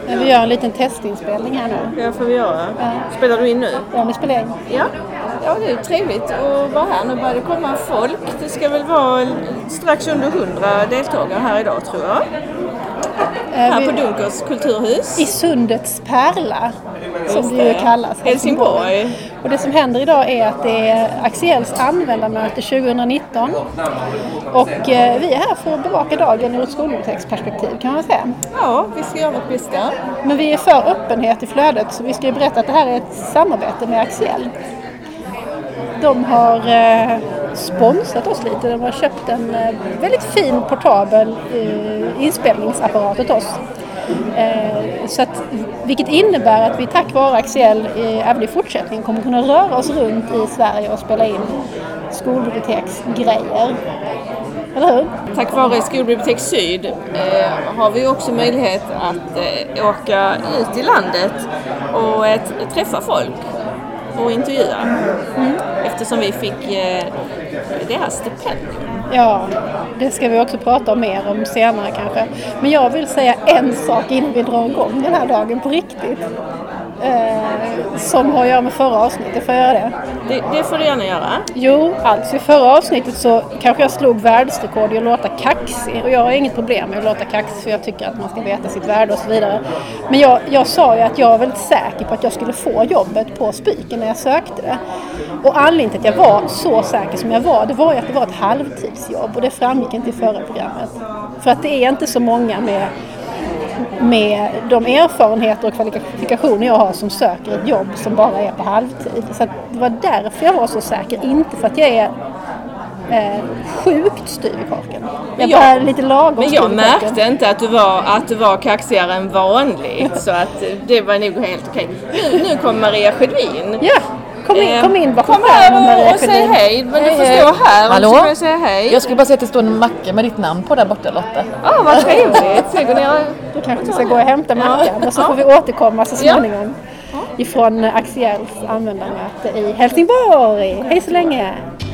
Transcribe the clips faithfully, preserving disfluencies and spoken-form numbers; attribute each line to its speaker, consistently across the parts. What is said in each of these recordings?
Speaker 1: Men vi gör en liten testinspelning här nu.
Speaker 2: Ja, får vi göra.
Speaker 1: Ja.
Speaker 2: Spelar du in nu?
Speaker 1: Ja, vi spelar in.
Speaker 2: Ja. Ja, det är trevligt att vara här. Nu börjar det komma folk. Det ska väl vara strax under hundra deltagare här idag, tror jag. Här
Speaker 1: vi,
Speaker 2: på Dunkers kulturhus.
Speaker 1: I Sundets pärla, som det ju kallas.
Speaker 2: Helsingborg.
Speaker 1: Och det som händer idag är att det är Axiells användarmöte tjugonitton. Och eh, vi är här för att bevaka dagen ur ett skolbiblioteksperspektiv, kan man säga.
Speaker 2: Ja, vi ska göra vårt bästa.
Speaker 1: Men vi är för öppenhet i flödet, så vi ska ju berätta att det här är ett samarbete med Axiell. De har eh, sponsrat oss lite. De har köpt en eh, väldigt fin portabel eh, inspelningsapparat åt oss. Eh, så att, vilket innebär att vi tack vare Axiell eh, även i fortsättningen kommer kunna röra oss runt i Sverige och spela in skolbiblioteksgrejer. Eller hur?
Speaker 2: Tack vare Skolbibliotek Syd eh, har vi också möjlighet att eh, åka ut i landet och eh, träffa folk och intervjua. Mm. Eftersom vi fick eh, deras stipendium.
Speaker 1: Ja, det ska vi också prata om mer om senare kanske. Men jag vill säga en sak innan vi drar igång den här dagen på riktigt. Eh, som har att göra med förra avsnittet. Får jag göra det?
Speaker 2: det? Det får du gärna göra.
Speaker 1: Jo, alltså i förra avsnittet så kanske jag slog världsrekord i att låta kaxig. Och jag har inget problem med att låta kaxig, för jag tycker att man ska veta sitt värde och så vidare. Men jag, jag sa ju att jag var väldigt säker på att jag skulle få jobbet på Spiken när jag sökte det. Och anledningen till att jag var så säker som jag var, det var ju att det var ett halvtidsjobb. Och det framgick inte i förra programmet. För att det är inte så många med... med de erfarenheter och kvalifikationer jag har som söker ett jobb som bara är på halvtid. Så att det var därför jag var så säker, inte för att jag är eh, sjukt styv i korken. Jag
Speaker 2: ja,
Speaker 1: är lite lagom.
Speaker 2: Men jag märkte inte att du var, att du var kaxigare än vanligt, så att det var nog helt okej. Nu, nu kommer Maria Sjödin.
Speaker 1: Ja. Kom in, kom in bakom
Speaker 2: Kom här och, och säg hej, men du får stå här.
Speaker 3: Hallå?
Speaker 2: Och så säga hej.
Speaker 3: Jag skulle bara säga att det står en macka med ditt namn på där borta, Lotta.
Speaker 2: Ja, ah, vad trevligt. Så går ner.
Speaker 1: Du kanske ska gå och hämta mackan och så får vi återkomma så småningom ja. ifrån Axiells användarmöte i Helsingborg. Hej så länge!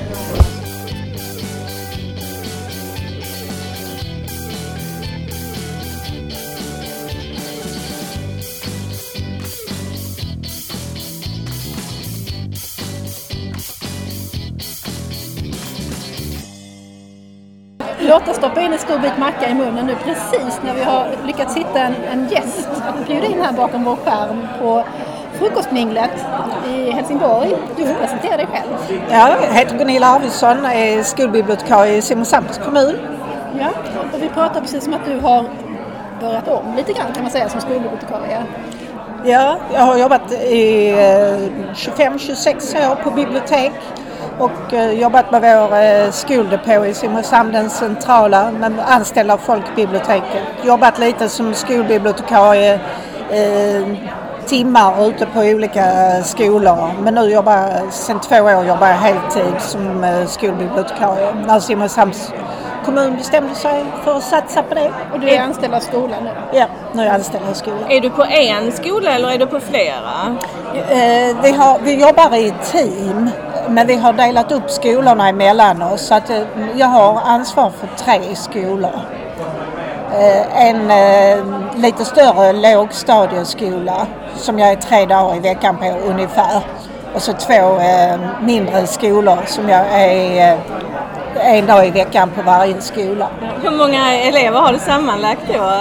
Speaker 1: Låt oss stoppa in en stor bit macka i munnen nu precis när vi har lyckats hitta en, en gäst att bjuda in här bakom vår skärm på frukostminglet i Helsingborg. Du får presentera dig själv.
Speaker 4: Ja, jag heter Gunilla Arvidsson, är skolbibliotekarie i Simrishamns kommun.
Speaker 1: Ja, och vi pratar precis som att du har börjat om lite grann, kan man säga, som skolbibliotekarie.
Speaker 4: Ja, jag har jobbat i tjugofem till tjugosex år på bibliotek. Och eh, jobbat med vår eh, skoldepå i Simrishamn, den centrala, med anställda folkbiblioteket. Jobbat lite som skolbibliotekarie, eh, timmar ute på olika skolor. Men nu jobbar jag, sedan två år jobbar jag heltid som eh, skolbibliotekarie. När Simrishamns kommun bestämde sig för att satsa på det.
Speaker 1: Och du är anställd av skolan nu?
Speaker 4: Ja, nu är jag anställd av skolan.
Speaker 2: Är du på en skola eller är du på flera?
Speaker 4: Eh, vi, har, vi jobbar i team. Men vi har delat upp skolorna emellan oss, så att jag har ansvar för tre skolor. En lite större lågstadieskola som jag är tre dagar i veckan på ungefär. Och så två mindre skolor som jag är en dag i veckan på varje skola.
Speaker 2: Hur många elever har du sammanlagt då?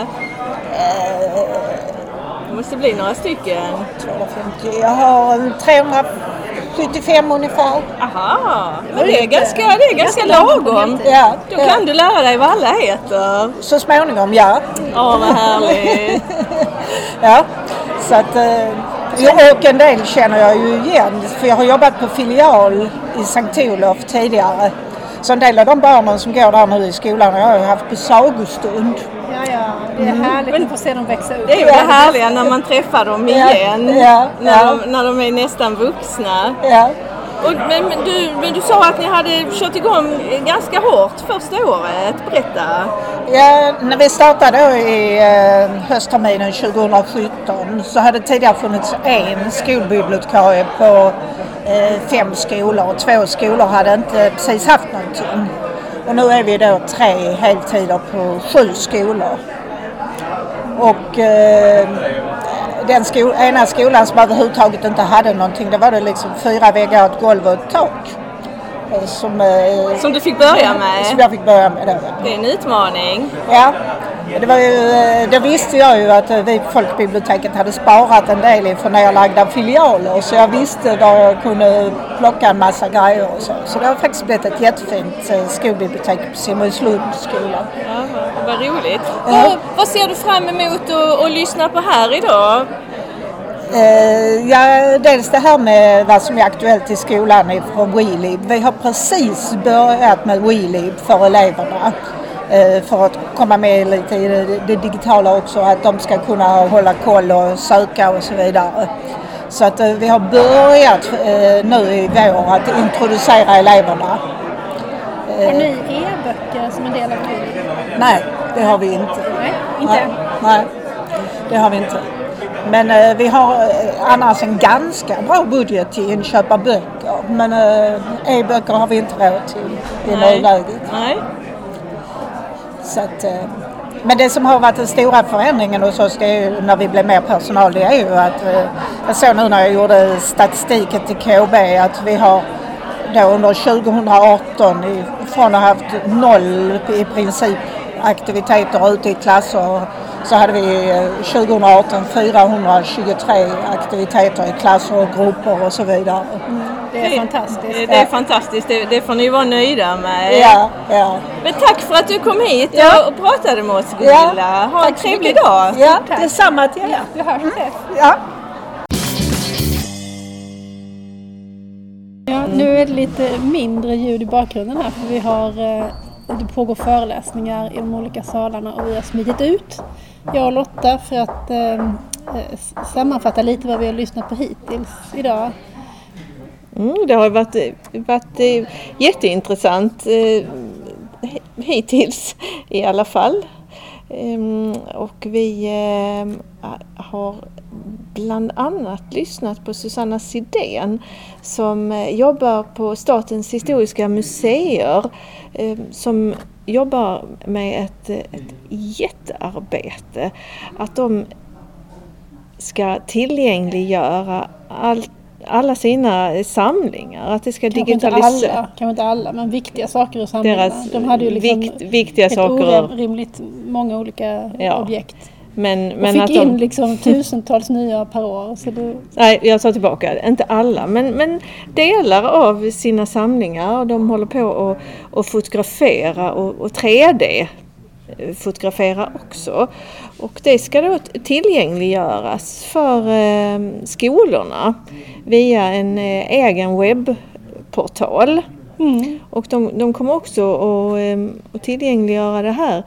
Speaker 2: Det måste bli några stycken.
Speaker 4: tvåhundrafemtio. Jag har trehundrasjuttiofem ungefär.
Speaker 2: Aha, men det är ganska, det är ganska lagom.
Speaker 4: Ja,
Speaker 2: Då kan
Speaker 4: ja.
Speaker 2: du lära dig vad alla heter.
Speaker 4: Så småningom, ja.
Speaker 2: Åh, vad härligt.
Speaker 4: Ja, så att... Och en del känner jag ju igen, för jag har jobbat på filial i Sankt Olof tidigare. Så en del av de barnen som går där nu i skolan har jag haft på sagostund.
Speaker 1: Ja, ja, det är härligt mm. att få se dem växa upp.
Speaker 2: Det är ju det härliga när man träffar dem igen,
Speaker 4: ja, ja,
Speaker 2: när,
Speaker 4: ja.
Speaker 2: De, när de är nästan vuxna.
Speaker 4: Ja.
Speaker 2: Och, men, men, du, men du sa att ni hade kört igång ganska hårt första året. Berätta.
Speaker 4: Ja, när vi startade i eh, höstterminen tjugosjutton så hade det tidigare funnits en skolbibliotekarie på eh, fem skolor. Och två skolor hade inte precis haft någonting. Och nu är vi då tre heltider på sju skolor. Och... Eh, den sko- ena skolan som överhuvudtaget inte hade någonting, det var det liksom fyra väggar, ett golv och ett tak. Som, eh,
Speaker 2: som du fick börja med?
Speaker 4: Som jag fick börja med då.
Speaker 2: Det är en utmaning.
Speaker 4: Ja, det, var ju, det visste jag ju att vi på folkbiblioteket hade sparat en del från nedlagda filialer. Så jag visste var jag kunde plocka en massa grejer och så. Så det har faktiskt blivit ett jättefint skolbibliotek på Simrissundsskolan.
Speaker 2: Ja, vad roligt. Ja. Vad, vad ser du fram emot att, att lyssna på här idag?
Speaker 4: Uh, ja, dels det här med vad som är aktuellt i skolan från WeLib. Vi har precis börjat med WeLib för eleverna. Uh, för att komma med lite i det, det digitala också. Att de ska kunna hålla koll och söka och så vidare. Så att uh, vi har börjat uh, nu i vår att introducera eleverna.
Speaker 1: Uh, har ni e-böcker som en del av WeLib?
Speaker 4: Nej, det har vi inte.
Speaker 1: Nej, inte?
Speaker 4: Nej, nej det har vi inte. Men eh, vi har eh, annars en ganska bra budget till inköp av böcker. Men eh, e-böcker har vi inte råd till i nuläget.
Speaker 2: Nej.
Speaker 4: Så att, eh, men det som har varit den stora förändringen hos oss, det är ju, när vi blev mer personal, det är ju att eh, jag såg nu när jag gjorde statistiken till K B att vi har då under tjugohundraarton från att ha haft noll i princip aktiviteter ute i klasser, så hade vi tjugohundraarton fyrahundratjugotre aktiviteter i klasser och grupper och så vidare.
Speaker 1: Mm, det är det, fantastiskt.
Speaker 2: Det, det är ja. fantastiskt, det, det får ni vara nöjda med.
Speaker 4: Ja, ja.
Speaker 2: Men tack för att du kom hit
Speaker 4: ja.
Speaker 2: och pratade med oss, Gunilla. Ja. Ha en trevlig dag.
Speaker 4: Ja, detsamma till er. Ja,
Speaker 1: vi hörs mm.
Speaker 4: ja.
Speaker 1: Ja, nu är det lite mindre ljud i bakgrunden här, för vi har det pågår föreläsningar i de olika salarna och vi har smidit ut, jag och Lotta, för att eh, sammanfatta lite vad vi har lyssnat på hittills idag.
Speaker 2: Mm, det har varit, varit eh, jätteintressant eh, hittills i alla fall. Um, och vi eh, har bland annat lyssnat på Susanna Sidén som eh, jobbar på Statens historiska museer, eh, som jobbar med ett, ett jättearbete. Att de ska tillgängliggöra allt, alla sina samlingar, att det ska digitaliseras.
Speaker 1: Kanske inte alla, men viktiga saker ur samlingarna.
Speaker 2: Deras
Speaker 1: de hade ju liksom
Speaker 2: vikt, viktiga
Speaker 1: ett
Speaker 2: saker.
Speaker 1: orimligt många olika
Speaker 2: ja.
Speaker 1: objekt.
Speaker 2: Men, men
Speaker 1: och fick
Speaker 2: att
Speaker 1: in
Speaker 2: de...
Speaker 1: liksom tusentals nya per år. Så det...
Speaker 2: Nej, jag tar tillbaka. Inte alla, men, men delar av sina samlingar. Och de håller på att och fotografera och, och tre D fotografera också. Och det ska då tillgängliggöras för eh, skolorna via en eh, egen webbportal. Mm. Och de, de kommer också att, eh, att tillgängliggöra det här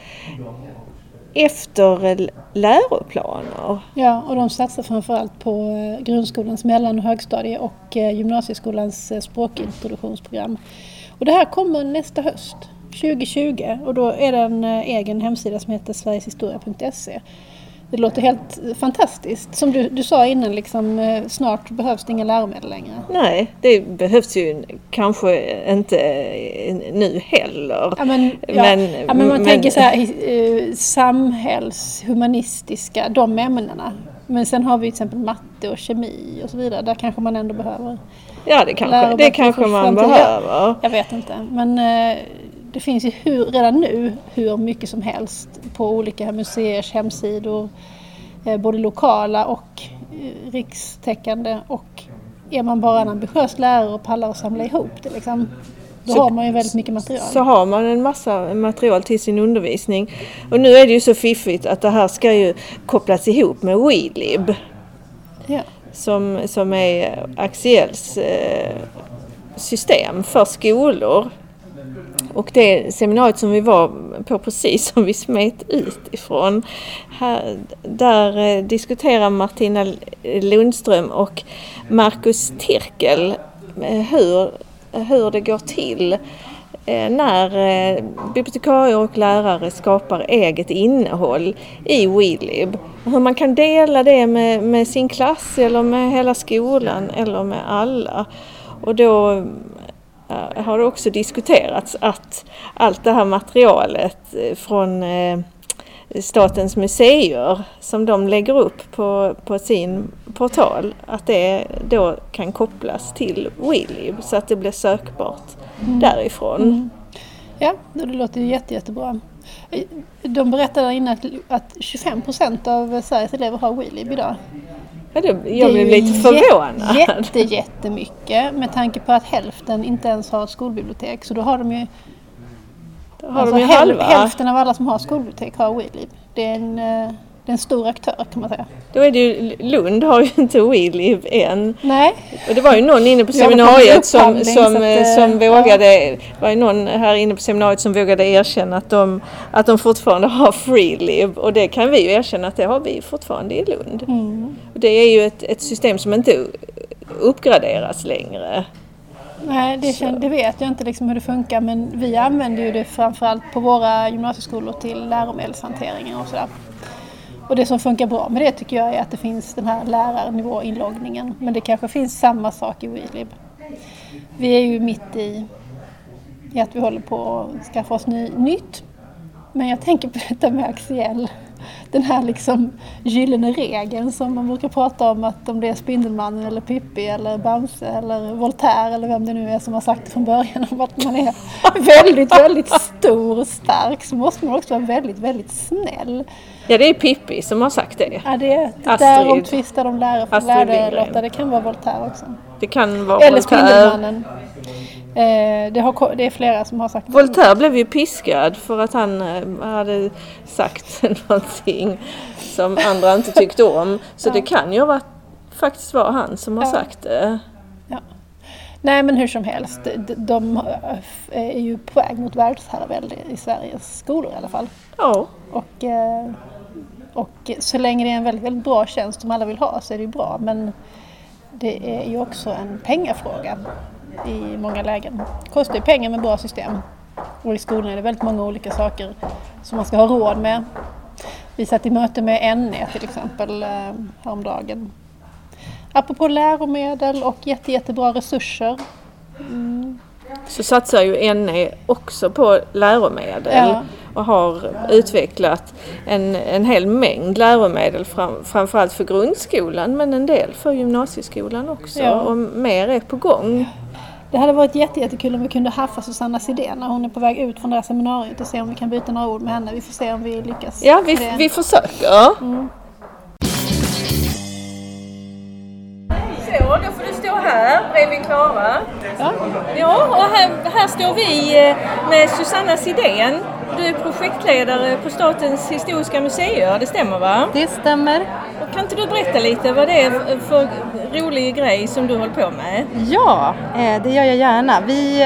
Speaker 2: efter läroplaner.
Speaker 1: Ja, och de satsar framförallt på grundskolans mellan- och högstadie och gymnasieskolans språkintroduktionsprogram. Och det här kommer nästa höst, tjugo tjugo, och då är det en egen hemsida som heter sverigeshistoria punkt se. Det låter helt fantastiskt. Som du, du sa innan, liksom, snart behövs det inga läromedel längre.
Speaker 2: Nej, det behövs ju kanske inte nu heller.
Speaker 1: Ja, men, ja, men, ja, men man men, tänker så här, samhälls, humanistiska, de ämnena. Men sen har vi till exempel matte och kemi och så vidare. Där kanske man ändå behöver.
Speaker 2: Ja, det kanske, det kanske man behöver.
Speaker 1: Jag, jag vet inte, men det finns ju hur, redan nu hur mycket som helst på olika museers hemsidor, eh, både lokala och eh, rikstäckande, och är man bara en ambitiös lärare och pallar att samla ihop det liksom, då så, har man ju väldigt mycket material.
Speaker 2: Så har man en massa material till sin undervisning. Och nu är det ju så fiffigt att det här ska ju kopplas ihop med WeLib.
Speaker 1: Ja.
Speaker 2: Som, som är Axiells eh, system för skolor. Och det seminariet som vi var på precis, som vi smet ut ifrån, här, där eh, diskuterar Martina Lundström och Marcus Tirkel eh, hur, hur det går till eh, när eh, bibliotekarier och lärare skapar eget innehåll i WeLib. Hur man kan dela det med, med sin klass eller med hela skolan eller med alla. Och då har det också diskuterats att allt det här materialet från Statens museer som de lägger upp på, på sin portal, att det då kan kopplas till WeLib så att det blir sökbart mm. därifrån. Mm.
Speaker 1: Ja, det låter ju jätte, jättebra. De berättade innan att, att tjugofem procent av Sveriges elever har WeLib idag.
Speaker 2: Ja, det, jag blev lite förvånad.
Speaker 1: Jätte, jättemycket med tanke på att hälften inte ens har ett skolbibliotek. Så då har de ju,
Speaker 2: då har
Speaker 1: alltså
Speaker 2: de ju
Speaker 1: häl,
Speaker 2: halva.
Speaker 1: hälften av alla som har skolbibliotek har WeLib. Det är en, det är en stor aktör kan man säga.
Speaker 2: Då är det ju, Lund har ju inte WeLib än.
Speaker 1: Nej.
Speaker 2: Och det var ju någon inne på seminariet som, som,
Speaker 1: att,
Speaker 2: som vågade, ja. var ju någon här inne på seminariet som vågade erkänna att de, att de fortfarande har FreeLib. Och det kan vi ju erkänna att det har vi fortfarande i Lund. Mm. Och det är ju ett, ett system som inte uppgraderas längre.
Speaker 1: Nej, det, känner, det vet jag inte liksom hur det funkar, men vi använder ju det framförallt på våra gymnasieskolor till läromedelshanteringen och sådär. Och det som funkar bra med det tycker jag är att det finns den här lärarnivåinloggningen. Men det kanske finns samma sak i WeLib. Vi är ju mitt i, i att vi håller på att skaffa oss ny, nytt. Men jag tänker på detta med Axiell. Den här liksom gyllene regeln som man brukar prata om, att om det är Spindelmannen eller Pippi eller Bamse eller Voltaire eller vem det nu är som har sagt det från början om att man är väldigt, väldigt stor och stark, så måste man också vara väldigt, väldigt snäll.
Speaker 2: Ja, det är Pippi som har sagt det.
Speaker 1: Ja, det är det där om tvistar de lärare, lärare Lotta. Det kan vara Voltaire också.
Speaker 2: Det kan vara
Speaker 1: eller
Speaker 2: Voltaire.
Speaker 1: Spindelmannen. Eh, det, har, det är flera som har sagt det.
Speaker 2: Voltaire blev ju piskad för att han eh, hade sagt någonting som andra inte tyckte om. Så ja. Det kan ju vara, faktiskt vara han som har ja. sagt det. Ja.
Speaker 1: Nej, men hur som helst. De, de är ju på väg mot världsherravälde i Sveriges skolor i alla fall.
Speaker 2: Ja.
Speaker 1: Och, eh, och så länge det är en väldigt, väldigt bra tjänst som alla vill ha så är det ju bra. Men det är ju också en pengafråga i många lägen. Det kostar ju pengar med bra system. Och i skolan är det väldigt många olika saker som man ska ha råd med. Vi satt i möte med N E till exempel häromdagen. Apropå läromedel och jätte, jättebra resurser. Mm.
Speaker 2: Så satsar ju N E också på läromedel ja. och har utvecklat en, en hel mängd läromedel fram, framförallt för grundskolan men en del för gymnasieskolan också ja. och mer är på gång.
Speaker 1: Det hade varit jätte, jättekul om vi kunde haffa Susanna Sidén när hon är på väg ut från det här seminariet och se om vi kan byta några ord med henne. Vi får se om vi lyckas.
Speaker 2: Ja, vi, vi försöker. Mm. Så, då får du stå här bredvid Klara. Ja, ja och här, här står vi med Susanna Sidén. Du är projektledare på Statens historiska museer, det stämmer va?
Speaker 5: Det stämmer.
Speaker 2: Och kan inte du berätta lite vad det är för rolig grej som du håller på med?
Speaker 5: Ja, det gör jag gärna. Vi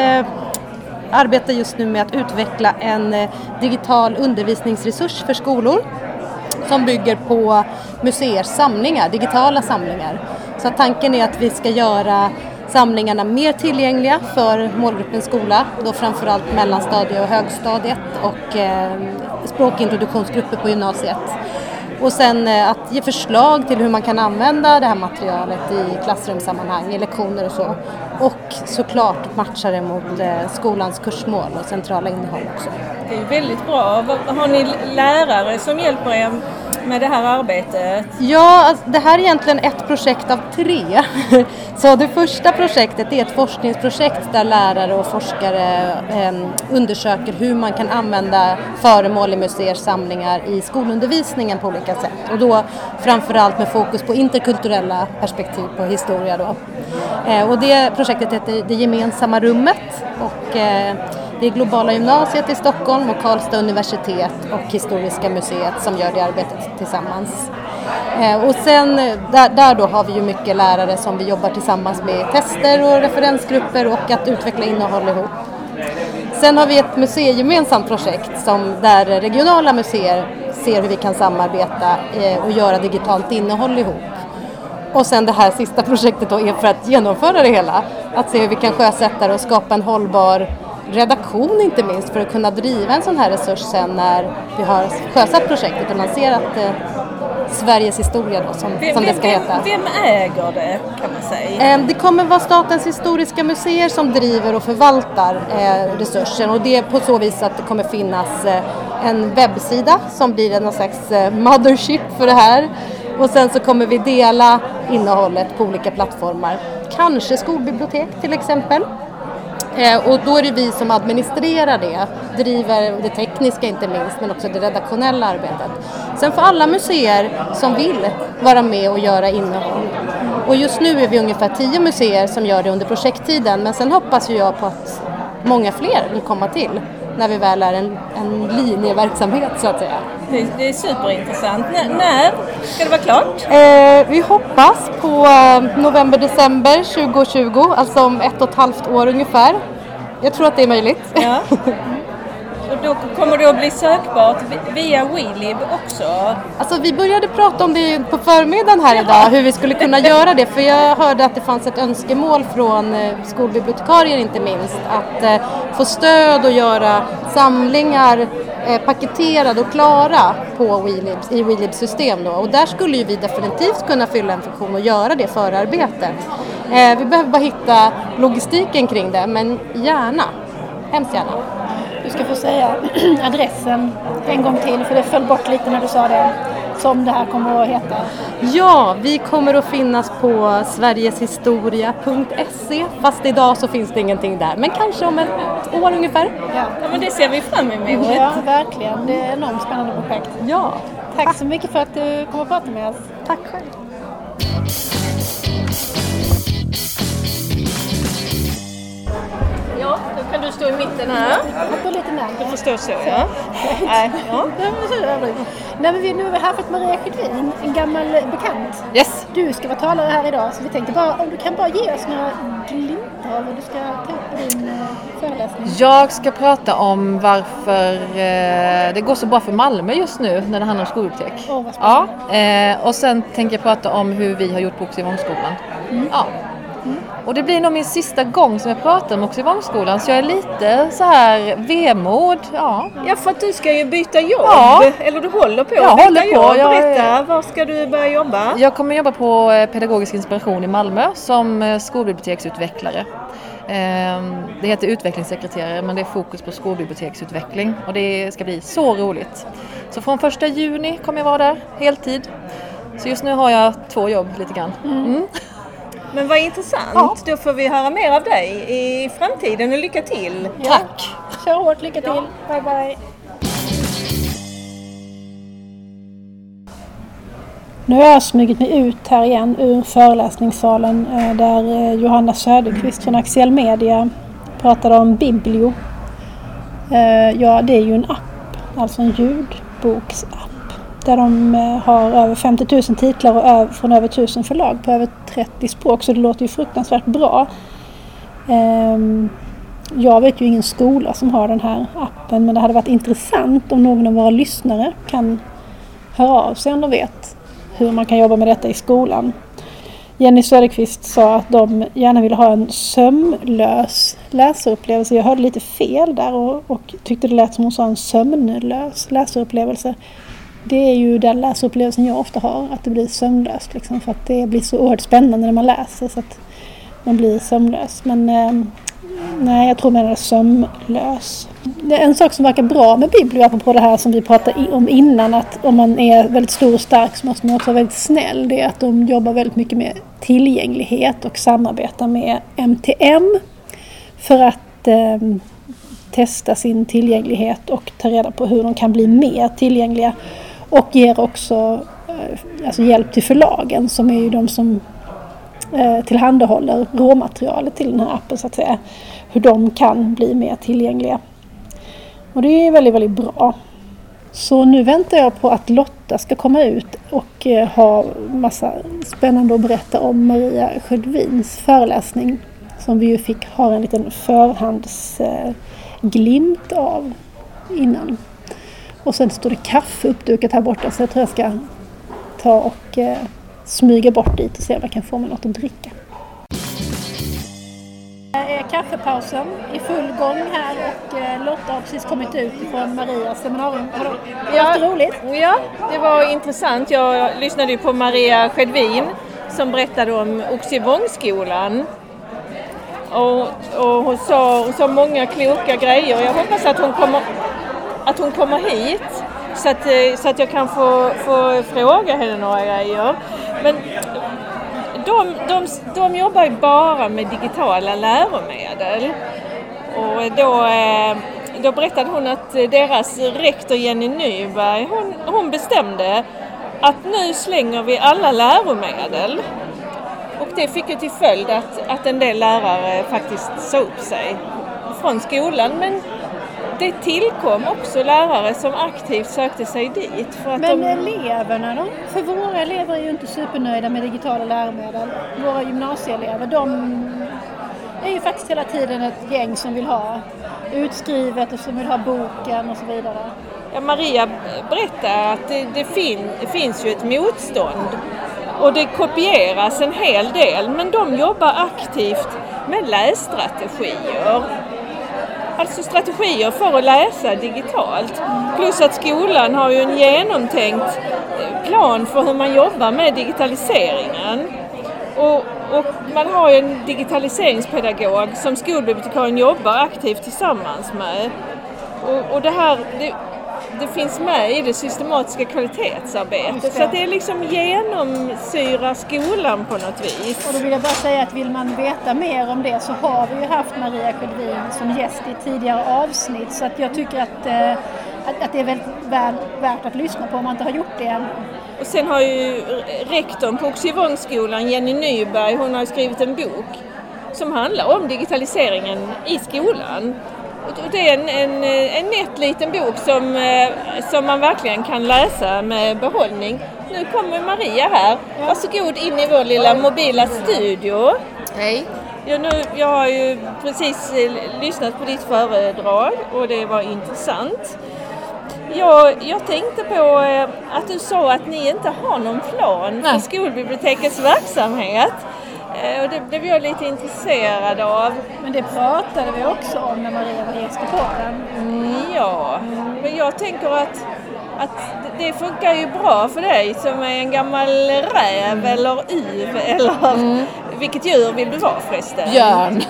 Speaker 5: arbetar just nu med att utveckla en digital undervisningsresurs för skolor som bygger på museers samlingar, digitala samlingar. Så tanken är att vi ska göra samlingarna mer tillgängliga för målgruppen skola, då framförallt mellanstadie- och högstadiet och eh, språkintroduktionsgrupper på gymnasiet. Och sen eh, att ge förslag till hur man kan använda det här materialet i klassrumssammanhang, i lektioner och så. Och såklart matcha det mot eh, skolans kursmål och centrala innehåll också.
Speaker 2: Det är väldigt bra. Har ni lärare som hjälper er med det här arbetet?
Speaker 5: Ja, alltså, det här är egentligen ett projekt av tre. Så det första projektet är ett forskningsprojekt där lärare och forskare eh, undersöker hur man kan använda föremål i museers samlingar i skolundervisningen på olika sätt. Och då framförallt med fokus på interkulturella perspektiv på historia då. Eh, och det projektet heter Det gemensamma rummet och eh, det är Globala gymnasiet i Stockholm och Karlstad universitet och Historiska museet som gör det arbetet tillsammans. Eh, och sen där, där då har vi ju mycket lärare som vi jobbar tillsammans med tester och referensgrupper och att utveckla innehåll ihop. Sen har vi ett museigemensamt projekt som där regionala museer ser hur vi kan samarbeta eh, och göra digitalt innehåll ihop. Och sen det här sista projektet då är för att genomföra det hela. Att se hur vi kan sjösätta det och skapa en hållbar redaktion inte minst för att kunna driva en sån här resurs sen när vi har sjösatt projektet och lanserat eh, Sveriges historia då som, vem, som det ska heta.
Speaker 2: Vem äger det kan man säga?
Speaker 5: Eh, det kommer vara Statens historiska museer som driver och förvaltar eh, resursen och det är på så vis att det kommer finnas eh, en webbsida som blir någon slags mothership för det här. Och sen så kommer vi dela innehållet på olika plattformar. Kanske skolbibliotek till exempel. Och då är det vi som administrerar det, driver det tekniska inte minst, men också det redaktionella arbetet. Sen får alla museer som vill vara med och göra innehåll. Och just nu är vi ungefär tio museer som gör det under projekttiden, men sen hoppas ju jag på att många fler vill komma till när vi väl är en, en linjeverksamhet så att säga.
Speaker 2: Det, det är superintressant. N- när ska det vara klart?
Speaker 5: Eh, vi hoppas på november-december tjugohundratjugo, alltså om ett och ett halvt år ungefär. Jag tror att det är möjligt.
Speaker 2: Ja. Och då kommer det att bli sökbart via WeLib också?
Speaker 5: Alltså vi började prata om det på förmiddagen här idag, hur vi skulle kunna göra det. För jag hörde att det fanns ett önskemål från skolbibliotekarier inte minst. Att eh, få stöd och göra samlingar eh, paketerade och klara på WeLib, i WeLibs system då. Och där skulle ju vi definitivt kunna fylla en funktion och göra det förarbetet. Eh, vi behöver bara hitta logistiken kring det, men gärna, hemskt gärna.
Speaker 1: Du ska få säga adressen en gång till, för det föll bort lite när du sa det, som det här kommer att heta.
Speaker 5: Ja, vi kommer att finnas på sverigeshistoria punkt se, fast idag så finns det ingenting där. Men kanske om ett år ungefär.
Speaker 1: Ja,
Speaker 2: ja men det ser vi fram emot.
Speaker 1: Ja, verkligen. Det är ett enormt spännande projekt.
Speaker 5: Ja.
Speaker 1: Tack så mycket för att du kom och pratade med oss.
Speaker 5: Tack själv.
Speaker 2: Ja, då kan du stå i mitten här.
Speaker 1: Hoppa lite närmare.
Speaker 2: Du får stå så, ja. Nej, ja.
Speaker 1: Nej, men vi, nu är vi här för att Maria Sjödin, en gammal bekant.
Speaker 3: Yes.
Speaker 1: Du ska vara talare här idag, så vi tänkte bara om du kan bara ge oss några glimtar av vad du ska ta upp på din uh, föreläsning.
Speaker 3: Jag ska prata om varför eh, det går så bra för Malmö just nu när det handlar om skolbibliotek.
Speaker 1: Åh, vad
Speaker 3: Ja,
Speaker 1: spännande.
Speaker 3: eh, och sen tänker jag prata om hur vi har gjort på Oxivångsskolan. Mm. Ja. Mm. Och det blir nog min sista gång som jag pratar om Oxivångsskolan, så jag är lite så här vemod. Ja.
Speaker 2: Ja, för att du ska ju byta jobb.
Speaker 3: Ja.
Speaker 2: Eller du håller på
Speaker 3: Jag
Speaker 2: att byta
Speaker 3: håller på.
Speaker 2: jobb.
Speaker 3: Jag-
Speaker 2: Berätta, var ska du börja jobba?
Speaker 3: Jag kommer jobba på eh, Pedagogisk inspiration i Malmö som eh, skolbiblioteksutvecklare. Ehm, Det heter utvecklingssekreterare, men det är fokus på skolbiblioteksutveckling och det ska bli så roligt. Så från första juni kommer jag vara där heltid. Så just nu har jag två jobb lite grann. Mm.
Speaker 2: Men vad intressant.
Speaker 3: Ja.
Speaker 2: Då får vi höra mer av dig i framtiden och lycka till.
Speaker 3: Tack!
Speaker 1: Kör hårt, lycka till. Bye bye. Nu har jag smugit mig ut här igen ur föreläsningssalen eh, där eh, Johanna Söderqvist från Axial Media pratade om Biblio. Eh, Ja, det är ju en app, alltså en ljudboksapp. Där de eh, har över femtio tusen titlar och över, från över tusen förlag på över trettio språk, så det låter ju fruktansvärt bra. Ehm, Jag vet ju ingen skola som har den här appen, men det hade varit intressant om någon av våra lyssnare kan höra av sig om de vet hur man kan jobba med detta i skolan. Jenny Söderqvist sa att de gärna ville ha en sömnlös läsarupplevelse. Jag hörde lite fel där och, och tyckte det lät som hon sa en sömnlös läsarupplevelse. Det är ju den läsarupplevelsen jag ofta har, att det blir sömnlöst. Liksom, för att det blir så oerhört spännande när man läser så att man blir sömnlös. Men eh, nej, jag tror man är sömnlös. Det är en sak som verkar bra med Biblio, apropå det här som vi pratade om innan, att om man är väldigt stor och stark så måste man också vara väldigt snäll. Det är att de jobbar väldigt mycket med tillgänglighet och samarbetar med M T M för att eh, testa sin tillgänglighet och ta reda på hur de kan bli mer tillgängliga. Och ger också eh, alltså hjälp till förlagen som är ju de som eh, tillhandahåller råmaterialet till den här appen så att säga. Hur de kan bli mer tillgängliga. Och det är väldigt, väldigt bra. Så nu väntar jag på att Lotta ska komma ut och eh, ha massa spännande att berätta om Maria Sjödins föreläsning. Som vi ju fick ha en liten förhandsglimt eh, av innan. Och sen står det kaffe uppdukat här borta, så jag tror jag ska ta och eh, smyga bort dit och se om jag kan få mig något att dricka. Är kaffepausen i full gång här och eh, Lotta har precis kommit ut från Marias seminarium. Har du haft det roligt?
Speaker 2: Ja, det var intressant. Jag lyssnade ju på Maria Sjödin som berättade om Oxivångsskolan. Och, och hon, sa, hon sa många kloka grejer. Jag hoppas att hon kommer att hon kommer hit så att, så att jag kan få, få fråga henne några grejer. Men de, de, de jobbar ju bara med digitala läromedel. Och då, då berättade hon att deras rektor Jenny Nyberg, hon, hon bestämde att nu slänger vi alla läromedel. Och det fick ju till följd att, att en del lärare faktiskt sa upp sig från skolan. Men det tillkom också lärare som aktivt sökte sig dit. För att
Speaker 1: Men
Speaker 2: de...
Speaker 1: eleverna då? För våra elever är ju inte supernöjda med digitala läromedel. Våra gymnasieelever, de är ju faktiskt hela tiden ett gäng som vill ha utskrivet och som vill ha boken och så vidare.
Speaker 2: Ja, Maria berättar att det, det, fin, det finns ju ett motstånd och det kopieras en hel del, men de jobbar aktivt med lässtrategier. Alltså strategier för att läsa digitalt. Plus att skolan har ju en genomtänkt plan för hur man jobbar med digitaliseringen. Och, och man har ju en digitaliseringspedagog som skolbibliotekarien jobbar aktivt tillsammans med. Och, och det här det, det finns med i det systematiska kvalitetsarbetet. Så att det är liksom genomsyrar skolan på något vis.
Speaker 1: Och då vill jag bara säga att vill man veta mer om det så har vi ju haft Maria Sjödin som gäst i tidigare avsnitt. Så att jag tycker att, eh, att, att det är väldigt väl, värt att lyssna på om man inte har gjort det än.
Speaker 2: Och sen har ju rektorn på Oxivångsskolan, Jenny Nyberg, hon har skrivit en bok som handlar om digitaliseringen i skolan. Och det är en, en, en nätt liten bok som, som man verkligen kan läsa med behållning. Nu kommer Maria här. Varsågod in i vår lilla mobila studio.
Speaker 3: Hej.
Speaker 2: Jag, nu, jag har ju precis lyssnat på ditt föredrag och det var intressant. Jag, jag tänkte på att du sa att ni inte har någon plan för skolbibliotekets verksamhet. Och det blev jag lite intresserad av.
Speaker 1: Men det pratade vi också om när Maria var gäst på den.
Speaker 2: Mm, ja, men jag tänker att, att det funkar ju bra för dig som är en gammal räv mm. eller uv eller mm. vilket djur vill du vara förresten?
Speaker 3: Björn.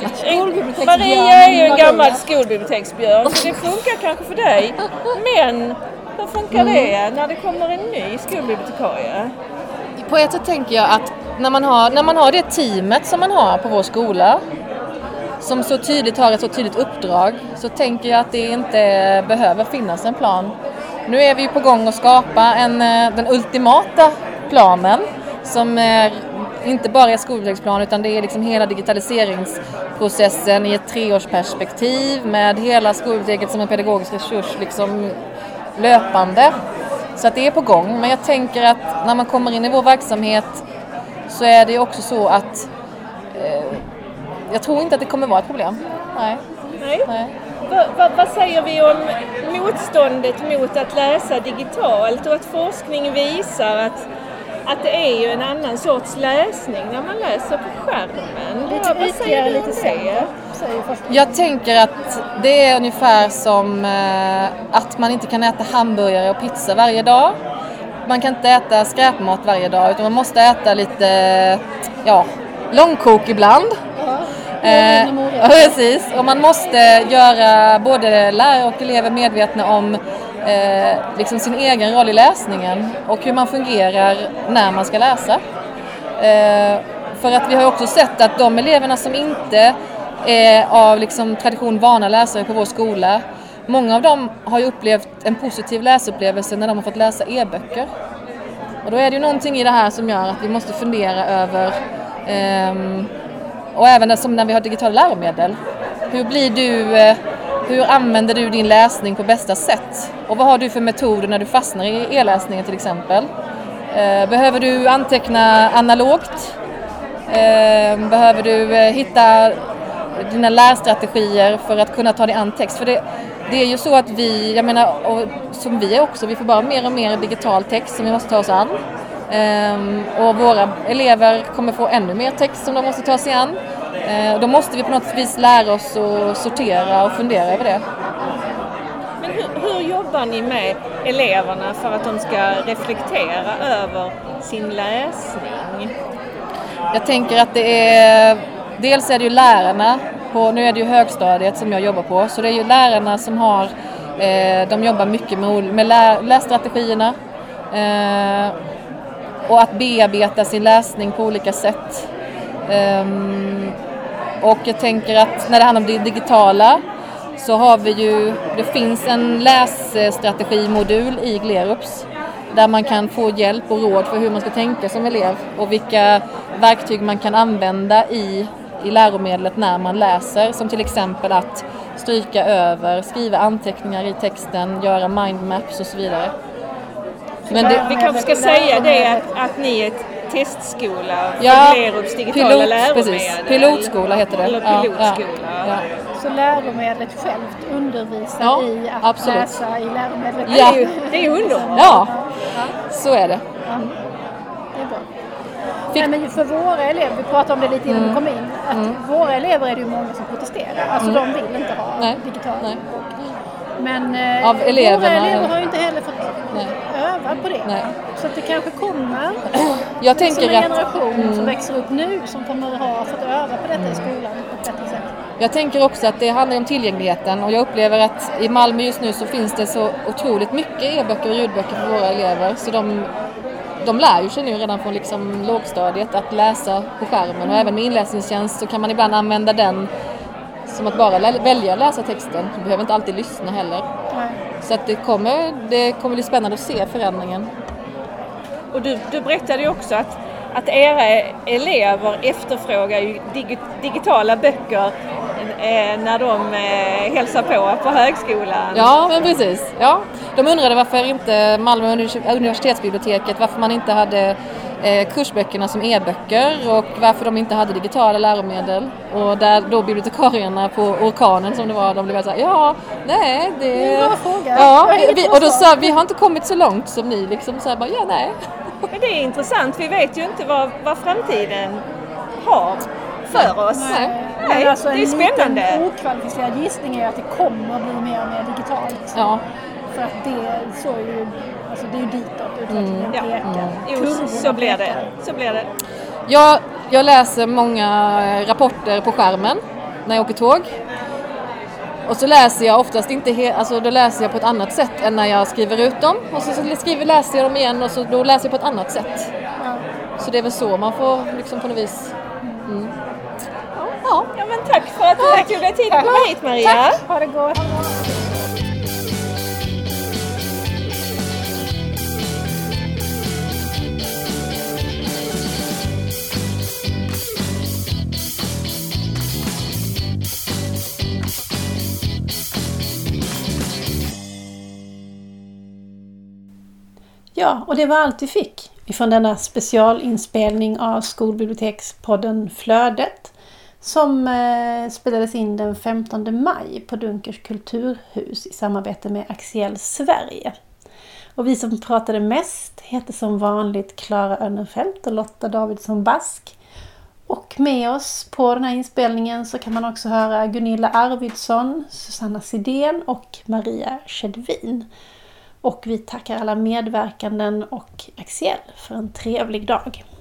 Speaker 2: Maria är ju en gammal skolbiblioteksbjörn så det funkar kanske för dig. Men hur funkar mm. det när det kommer en ny skolbibliotekarie?
Speaker 3: På ett sätt tänker jag att när man har, när man har det teamet som man har på vår skola som så tydligt har ett så tydligt uppdrag så tänker jag att det inte behöver finnas en plan. Nu är vi på gång att skapa en, den ultimata planen som är inte bara är skolbiblioteksplan utan det är liksom hela digitaliseringsprocessen i ett treårsperspektiv med hela skolbiblioteket som en pedagogisk resurs liksom löpande. Så att det är på gång, men jag tänker att när man kommer in i vår verksamhet så är det också så att eh, jag tror inte att det kommer vara ett problem. Nej.
Speaker 2: Nej. Nej. Va, va, vad säger vi om motståndet mot att läsa digitalt och att forskning visar att, att det är ju en annan sorts läsning när man läser på skärmen?
Speaker 1: Lite
Speaker 2: vad säger du
Speaker 1: lite
Speaker 2: om det?
Speaker 3: Jag tänker att det är ungefär som eh, att man inte kan äta hamburgare och pizza varje dag. Man kan inte äta skräpmat varje dag utan man måste äta lite ja, långkok ibland.
Speaker 1: Ja,
Speaker 3: eh, precis. Och man måste göra både lärare och elever medvetna om eh, liksom sin egen roll i läsningen och hur man fungerar när man ska läsa. Eh, för att vi har också sett att de eleverna som inte är av liksom tradition vana läsare på vår skola, många av dem har ju upplevt en positiv läsupplevelse när de har fått läsa e-böcker. Och då är det ju någonting i det här som gör att vi måste fundera över um, och även som när vi har digitala läromedel. Hur blir du, uh, hur använder du din läsning på bästa sätt? Och vad har du för metoder när du fastnar i e-läsningen till exempel? Uh, behöver du anteckna analogt? Uh, behöver du uh, hitta dina lärstrategier för att kunna ta dig an text? För det, det är ju så att vi, jag menar, och som vi är också, vi får bara mer och mer digital text som vi måste ta oss an. Ehm, och våra elever kommer få ännu mer text som de måste ta sig an. Ehm, då måste vi på något vis lära oss att sortera och fundera över det.
Speaker 2: Men hur, hur jobbar ni med eleverna för att de ska reflektera över sin läsning?
Speaker 3: Jag tänker att det är, dels är det ju lärarna, på, nu är det ju högstadiet som jag jobbar på, så det är ju lärarna som har Eh, de jobbar mycket med, med lä, lässtrategierna eh, och att bearbeta sin läsning på olika sätt. Eh, och jag tänker att när det handlar om det digitala så har vi ju, det finns en lässtrategimodul i Glerups där man kan få hjälp och råd för hur man ska tänka som elev och vilka verktyg man kan använda i, i läromedlet när man läser, som till exempel att stryka över, skriva anteckningar i texten, göra mindmaps och så vidare.
Speaker 2: Men det, vi kanske ska säga det att, att ni är ett testskola för
Speaker 3: ja,
Speaker 2: Glerups digitala
Speaker 3: pilot,
Speaker 2: läromedel.
Speaker 3: Precis. Pilotskola heter det.
Speaker 2: Eller pilotskola.
Speaker 3: Ja, ja.
Speaker 1: Så läromedlet självt undervisar
Speaker 3: ja,
Speaker 1: i att
Speaker 3: absolut.
Speaker 1: läsa i läromedlet?
Speaker 3: Ja.
Speaker 2: Det är ju, det är ju underbart.
Speaker 3: Ja, så är det.
Speaker 1: Ja. Det är bra. Nej, men för våra elever, vi pratade om det lite innan
Speaker 3: Mm.
Speaker 1: vi kom in, att
Speaker 3: Mm.
Speaker 1: våra elever är det ju många som protesterar. Alltså
Speaker 3: Mm.
Speaker 1: de vill inte ha
Speaker 3: Nej.
Speaker 1: digitalt.
Speaker 3: Nej.
Speaker 1: Men eh,
Speaker 3: Av eleverna,
Speaker 1: våra elever
Speaker 3: ja.
Speaker 1: har ju inte heller fått
Speaker 3: Nej.
Speaker 1: öva på det.
Speaker 3: Nej.
Speaker 1: Så att det kanske kommer
Speaker 3: Jag tänker
Speaker 1: som en
Speaker 3: att-
Speaker 1: generation
Speaker 3: mm.
Speaker 1: som växer upp nu som kommer ha fått öva på detta i skolan på ett bättre sätt.
Speaker 3: Jag tänker också att det handlar om tillgängligheten och jag upplever att i Malmö just nu så finns det så otroligt mycket e-böcker och ljudböcker för våra elever så de, de lär ju sig nu redan från liksom lågstadiet att läsa på skärmen och även med inläsningstjänst så kan man ibland använda den som att bara lä- välja att läsa texten. Du behöver inte alltid lyssna heller.
Speaker 1: Nej.
Speaker 3: Så att det kommer, det kommer bli spännande att se förändringen.
Speaker 2: Och du, du berättade ju också att, att era elever efterfrågar ju dig, digitala böcker eh, när de eh, hälsar på på högskolan.
Speaker 3: Ja, men precis. Ja. De undrade varför inte Malmö universitetsbiblioteket, varför man inte hade eh, kursböckerna som e-böcker och varför de inte hade digitala läromedel. Och där då bibliotekarierna på Orkanen som det var, de blev så här, ja, nej, det...
Speaker 1: Det är en bra fråga.
Speaker 3: Ja,
Speaker 1: Jag är
Speaker 3: vi,
Speaker 1: lite
Speaker 3: och då
Speaker 1: osäker.
Speaker 3: sa vi har inte kommit så långt som ni liksom så här, bara, ja, nej.
Speaker 2: Men det är intressant, vi vet ju inte vad, vad framtiden har för oss.
Speaker 3: Nej.
Speaker 2: Nej,
Speaker 1: Men alltså
Speaker 2: det är
Speaker 1: en
Speaker 2: spännande.
Speaker 1: liten okvalificerad gissning är att det kommer att bli mer och mer digitalt.
Speaker 3: Ja.
Speaker 1: För att det, så är ju, alltså det är ju ditåt utvecklingen
Speaker 2: Ja.
Speaker 1: pekar.
Speaker 2: Jo,
Speaker 1: Kurvorna
Speaker 2: så blir det.
Speaker 1: pekar.
Speaker 2: Så blir det.
Speaker 3: Jag, jag läser många rapporter på skärmen när jag åker tåg. Och så läser jag oftast inte, he- alltså då läser jag på ett annat sätt än när jag skriver ut dem. Och så, så skriver, läser jag dem igen och så, då läser jag på ett annat sätt.
Speaker 1: Ja.
Speaker 3: Så det är väl så man får liksom på något vis... Mm. Ja.
Speaker 2: Ja, men tack för att du tog dig tid att komma hit, Maria.
Speaker 1: Tack, ha det gott. Ja, och det var allt vi fick ifrån denna specialinspelning av skolbibliotekspodden Flödet som eh, spelades in den femtonde maj på Dunkers kulturhus i samarbete med Axiell Sverige. Och vi som pratade mest heter som vanligt Klara Önnerfelt och Lotta Davidsson Bask. Och med oss på den här inspelningen så kan man också höra Gunilla Arvidsson, Susanna Sidén och Maria Skedvin. Och vi tackar alla medverkanden och Axiell för en trevlig dag.